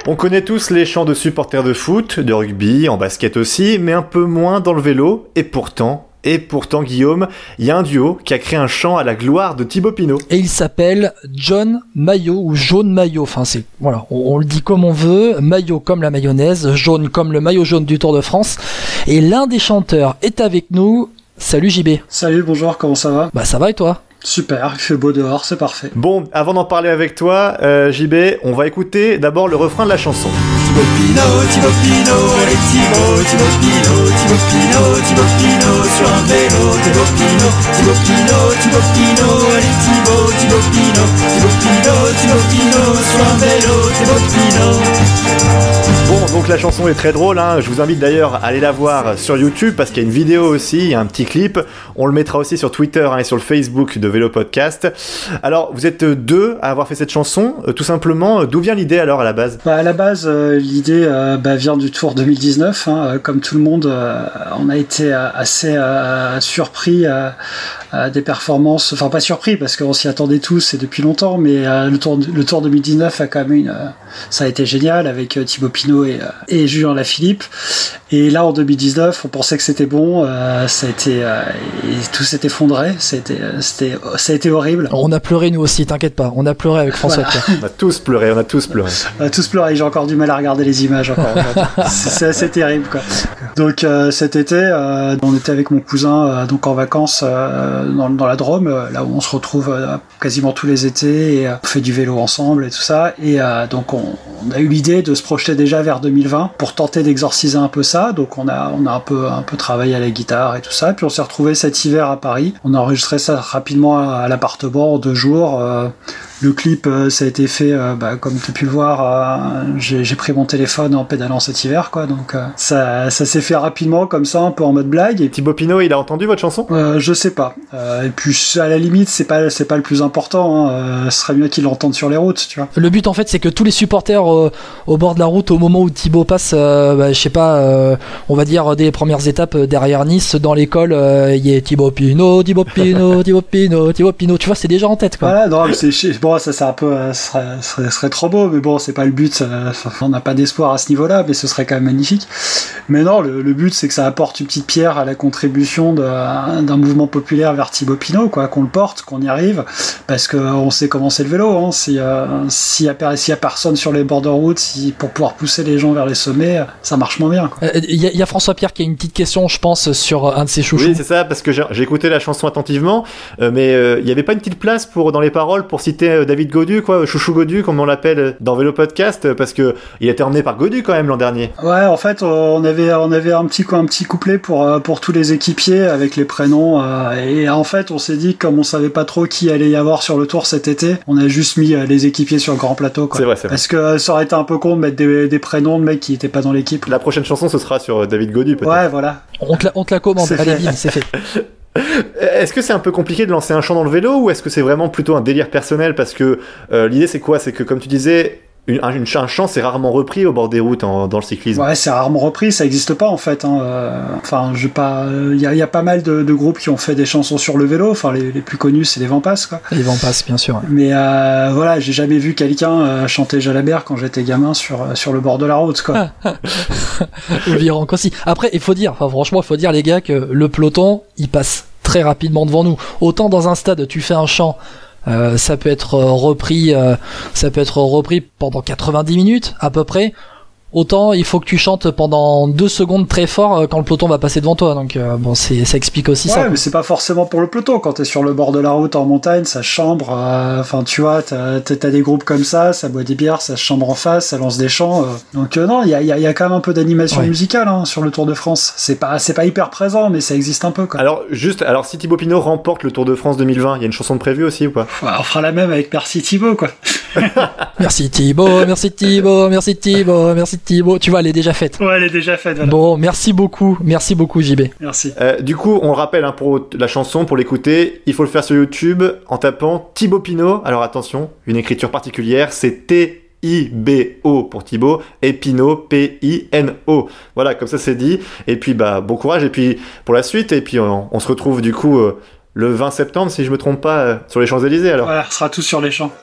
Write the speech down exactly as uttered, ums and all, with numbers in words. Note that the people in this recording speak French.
On connaît tous les chants de supporters de foot, de rugby, en basket aussi, mais un peu moins dans le vélo, et pourtant... Et pourtant, Guillaume, il y a un duo qui a créé un chant à la gloire de Thibaut Pinot. Et il s'appelle John Maillot ou Jaune Maillot. Enfin, c'est voilà, on, on le dit comme on veut. Maillot comme la mayonnaise, jaune comme le maillot jaune du Tour de France. Et l'un des chanteurs est avec nous. Salut J B. Salut, bonjour, comment ça va ? Bah ça va et toi ? Super, il fait beau dehors, c'est parfait. Bon, avant d'en parler avec toi, euh, J B, on va écouter d'abord le refrain de la chanson. Thibaut Pinot, Thibaut Pinot, allez Thibaut, Thibaut Pinot, Thibaut Pinot, Thibaut Pinot, sur un vélo, Thibaut Pinot, Thibaut Pinot, Thibaut Pinot, allez Thibaut, Thibaut Pinot, Thibaut Pinot, Thibaut Pinot, sur un vélo, Thibaut Pinot. Bon, donc la chanson est très drôle, hein. Je vous invite d'ailleurs à aller la voir sur YouTube parce qu'il y a une vidéo aussi, il y a un petit clip. On le mettra aussi sur Twitter hein, et sur le Facebook de Vélo Podcast. Alors, vous êtes deux à avoir fait cette chanson. Euh, tout simplement, d'où vient l'idée alors à la base ? Bah, à la base, euh, l'idée euh, bah, vient du Tour deux mille dix-neuf. Hein. Comme tout le monde, euh, on a été euh, assez euh, surpris euh, euh, des performances. Enfin, pas surpris parce qu'on s'y attendait tous et depuis longtemps, mais euh, le, tour, le Tour deux mille dix-neuf a quand même une... Euh, ça a été génial avec euh, Thibaut Pinot et, euh, et Julien Lafilippe. Et là, en deux mille dix-neuf, on pensait que c'était bon. Euh, ça a été... Euh, et tout s'est effondré. C'était, c'était, ça a été horrible. On a pleuré nous aussi, t'inquiète pas. On a pleuré avec François. Voilà. On a tous pleuré, on a tous pleuré. On a tous pleuré. J'ai encore du mal à regarder les images encore. c'est, c'est assez terrible, quoi. Donc euh, cet été, euh, on était avec mon cousin euh, donc en vacances euh, dans, dans la Drôme, euh, là où on se retrouve euh, quasiment tous les étés et euh, on fait du vélo ensemble et tout ça. Et euh, donc on, on a eu l'idée de se projeter déjà vers deux mille vingt pour tenter d'exorciser un peu ça. Donc on a on a un peu un peu travaillé à la guitare et tout ça. Puis on s'est retrouvé cet hiver à Paris. On a enregistré ça rapidement à, à l'appartement en deux jours. Euh, Le clip, euh, ça a été fait, euh, bah, comme tu as pu le voir, euh, j'ai, j'ai pris mon téléphone en pédalant cet hiver, quoi. Donc euh, ça, ça s'est fait rapidement, comme ça, un peu en mode blague. Et Thibaut Pinot, il a entendu votre chanson ? euh, Je sais pas. Euh, et puis à la limite, c'est pas, c'est pas le plus important. Hein. Euh, ce serait mieux qu'il l'entende sur les routes, tu vois. Le but en fait, c'est que tous les supporters euh, au bord de la route, au moment où Thibaut passe, euh, bah, je sais pas, euh, on va dire dès les premières étapes euh, derrière Nice, dans l'école, il euh, y a Thibaut Pinot, Thibaut Pinot, Thibaut Pinot, Thibaut Pinot. Tu vois, c'est déjà en tête, quoi. Voilà, non, mais c'est bon. Ça, c'est un peu, euh, ce serait, serait, serait trop beau, mais bon, c'est pas le but. Ça, on n'a pas d'espoir à ce niveau-là, mais ce serait quand même magnifique. Mais non, le, le but, c'est que ça apporte une petite pierre à la contribution de, d'un mouvement populaire vers Thibaut Pinot, quoi, qu'on le porte, qu'on y arrive, parce que on sait comment c'est le vélo. Hein, si, euh, s'il y a, s'il y a personne sur les bords de route, si, pour pouvoir pousser les gens vers les sommets, ça marche moins bien. Il euh, y, y a François Pierre qui a une petite question, je pense, sur un de ses chouchous. Oui, c'est ça, parce que j'ai, j'ai écouté la chanson attentivement, euh, mais il euh, y avait pas une petite place pour dans les paroles pour citer euh, David Gaudu, quoi, Chouchou Gaudu, comme on l'appelle dans Vélo Podcast, parce que il a été emmené par Gaudu quand même l'an dernier. Ouais, en fait, on avait on avait un petit un petit couplet pour pour tous les équipiers avec les prénoms, et en fait, on s'est dit comme on savait pas trop qui allait y avoir sur le Tour cet été, on a juste mis les équipiers sur le grand plateau, quoi. C'est vrai, c'est vrai. Parce que ça aurait été un peu con de mettre des, des prénoms de mecs qui étaient pas dans l'équipe. La prochaine chanson, ce sera sur David Gaudu, peut-être. Ouais, voilà. On te la, on te la commande. C'est Allez, fait. bim, c'est fait. Est-ce que c'est un peu compliqué de lancer un chant dans le vélo ou est-ce que c'est vraiment plutôt un délire personnel parce que euh, l'idée c'est quoi ? C'est que comme tu disais, une, un, une, un chant c'est rarement repris au bord des routes en, dans le cyclisme. Ouais, c'est rarement repris, ça existe pas en fait. Hein. Euh, enfin, je pas, il y, y a pas mal de, de groupes qui ont fait des chansons sur le vélo. Enfin, les, les plus connus c'est les Vampas, quoi. Les Vampas, bien sûr. Ouais. Mais euh, voilà, j'ai jamais vu quelqu'un euh, chanter Jalabert quand j'étais gamin sur sur le bord de la route, quoi. Ou Virenque aussi. Après, il faut dire, enfin franchement, il faut dire les gars que le peloton, il passe très rapidement devant nous. Autant dans un stade, tu fais un chant, euh, ça peut être repris, euh, ça peut être repris pendant quatre-vingt-dix minutes à peu près. Autant il faut que tu chantes pendant deux secondes très fort euh, quand le peloton va passer devant toi. Donc euh, bon, c'est, ça explique aussi ouais, ça. Ouais, mais c'est pas forcément pour le peloton. Quand t'es sur le bord de la route en montagne, ça chambre. Enfin, euh, tu vois, t'as, t'as des groupes comme ça, ça boit des bières, ça chambre en face, ça lance des chants. Euh. Donc euh, non, il y a, y, a, y a quand même un peu d'animation ouais. musicale hein, sur le Tour de France. C'est pas, c'est pas hyper présent, mais ça existe un peu, quoi. Alors juste, alors si Thibaut Pinot remporte le Tour de France deux mille vingt, il y a une chanson de prévue aussi ou pas ? Ouais, on fera la même avec Merci Thibaut, quoi. Merci Thibaut, merci Thibaut, merci Thibaut, merci Thibaut. Tu vois, elle est déjà faite. Ouais, elle est déjà faite. Voilà. Bon, merci beaucoup, merci beaucoup J B. Merci. Euh, du coup, on le rappelle hein, pour la chanson, pour l'écouter, il faut le faire sur YouTube en tapant Thibaut Pinot. Alors attention, une écriture particulière, c'est T I B O pour Thibaut et Pinot, P I N O. Voilà, comme ça c'est dit. Et puis bah bon courage et puis pour la suite. Et puis on, on se retrouve du coup euh, le vingt septembre, si je me trompe pas, euh, sur les Champs-Élysées alors. Voilà, ce sera tout sur les champs.